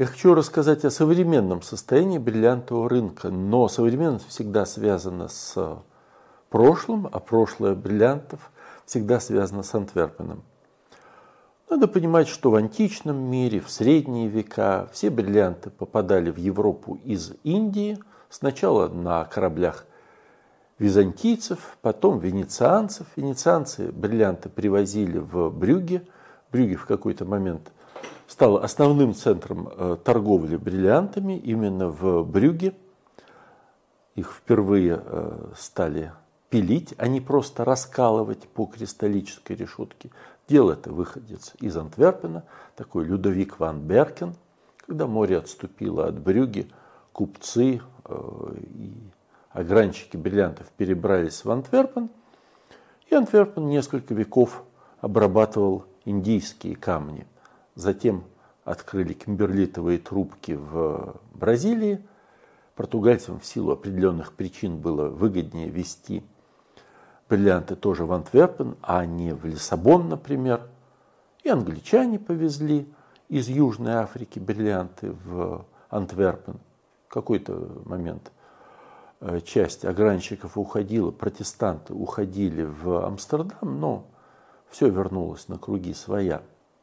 Я хочу рассказать о современном состоянии бриллиантового рынка, но современность всегда связана с прошлым, а прошлое бриллиантов всегда связано с Антверпеном. Надо понимать, что в античном мире, в средние века все бриллианты попадали в Европу из Индии, сначала на кораблях византийцев, потом венецианцев. Венецианцы бриллианты привозили в Брюгге. Брюгге в какой-то момент стало основным центром торговли бриллиантами. Именно в Брюгге их впервые стали пилить, а не просто раскалывать по кристаллической решетке. Делал это выходец из Антверпена, такой Людовик ван Беркен. Когда море отступило от Брюгге, купцы и огранщики бриллиантов перебрались в Антверпен, и Антверпен несколько веков обрабатывал индийские камни. Затем открыли кимберлитовые трубки в Бразилии. Португальцам в силу определенных причин было выгоднее везти бриллианты тоже в Антверпен, а не в Лиссабон, например. И англичане повезли из Южной Африки бриллианты в Антверпен. В какой-то момент часть огранщиков уходила, протестанты уходили в Амстердам, но все вернулось на круги своя.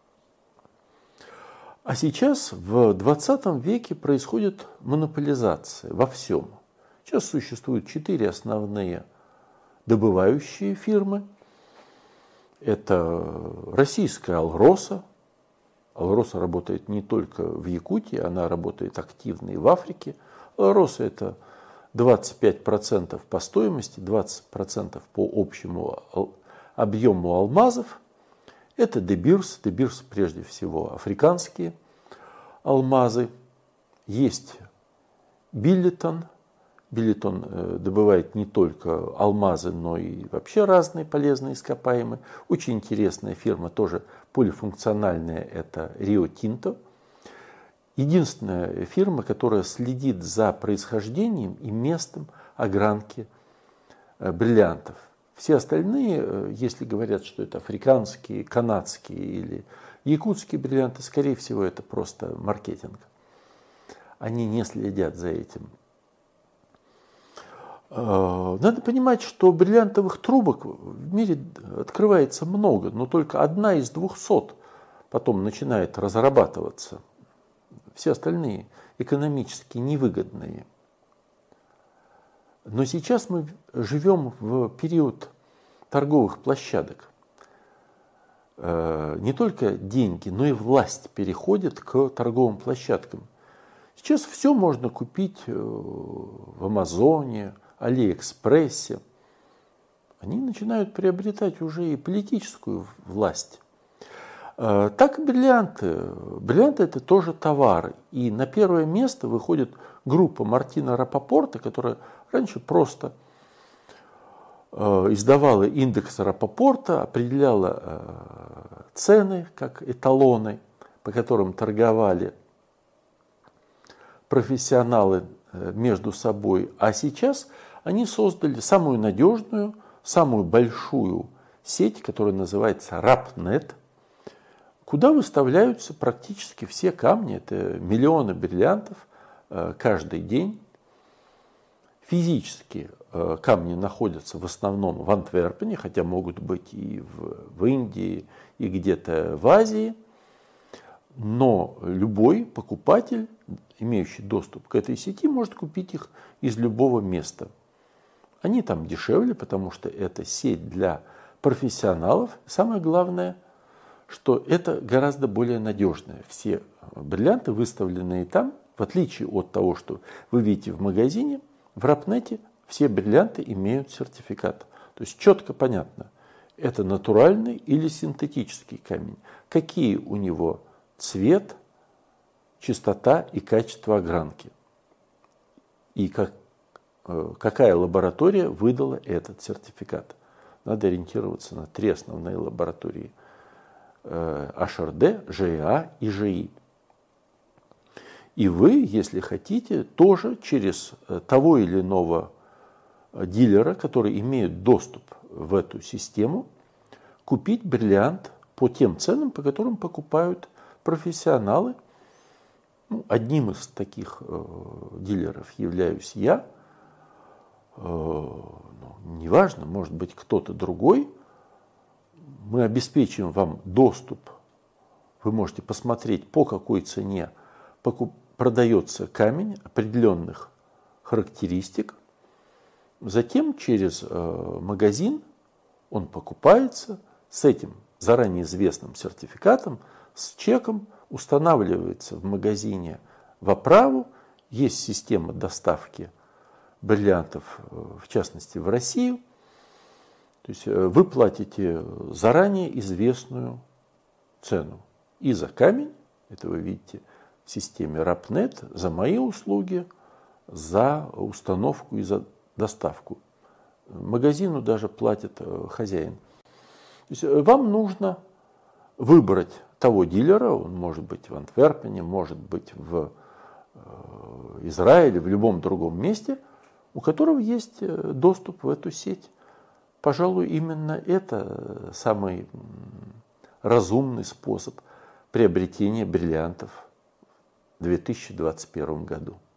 А сейчас в 20 веке происходит монополизация во всем. Сейчас существуют 4 основные добывающие фирмы. Это российская Алроса. Алроса работает не только в Якутии, она работает активно и в Африке. Алроса – это 25% по стоимости, 20% по общему объему алмазов. Это De Beers. De Beers прежде всего африканские алмазы. Есть Billiton. Billiton добывает не только алмазы, но и вообще разные полезные ископаемые. Очень интересная фирма, тоже полифункциональная, это Rio Tinto. Единственная фирма, которая следит за происхождением и местом огранки бриллиантов. Все остальные, если говорят, что это африканские, канадские или якутские бриллианты, скорее всего, это просто маркетинг. Они не следят за этим. Надо понимать, что бриллиантовых трубок в мире открывается много, но только одна из 200 потом начинает разрабатываться. Все остальные экономически невыгодные. Но сейчас мы живем в период торговых площадок. Не только деньги, но и власть переходят к торговым площадкам. Сейчас все можно купить в Амазоне, Алиэкспрессе. Они начинают приобретать уже и политическую власть. Так и бриллианты. Бриллианты – это тоже товар. И на первое место выходит группа Мартина Рапопорта, которая раньше просто издавала индекс Рапопорта, определяла цены как эталоны, по которым торговали профессионалы между собой. А сейчас они создали самую надежную, самую большую сеть, которая называется Рапнет, куда выставляются практически все камни. Это миллионы бриллиантов каждый день. Физически камни находятся в основном в Антверпене, хотя могут быть и в Индии, и где-то в Азии. Но любой покупатель, имеющий доступ к этой сети, может купить их из любого места. Они там дешевле, потому что это сеть для профессионалов. Самое главное, что это гораздо более надежное. Все бриллианты, выставленные там, в отличие от того, что вы видите в магазине, в Рапнете все бриллианты имеют сертификат. То есть четко понятно, это натуральный или синтетический камень. Какие у него цвет, чистота и качество огранки. И какая лаборатория выдала этот сертификат. Надо ориентироваться на 3 основные лаборатории. HRD, GEA и GI. И вы, если хотите, тоже через того или иного дилера, который имеет доступ в эту систему, купить бриллиант по тем ценам, по которым покупают профессионалы. Ну, одним из таких дилеров являюсь я. Неважно, может быть кто-то другой. Мы обеспечим вам доступ. Вы можете посмотреть, по какой цене продается камень определенных характеристик. Затем через магазин он покупается с этим заранее известным сертификатом, с чеком, устанавливается в магазине в оправу. Есть система доставки бриллиантов, в частности в Россию. То есть вы платите заранее известную цену и за камень, это вы видите в системе Рапнет, за мои услуги, за установку и за доставку. Магазину даже платит хозяин. То есть вам нужно выбрать того дилера, он может быть в Антверпене, может быть в Израиле, в любом другом месте, у которого есть доступ в эту сеть. Пожалуй, именно это самый разумный способ приобретения бриллиантов в 2021 году.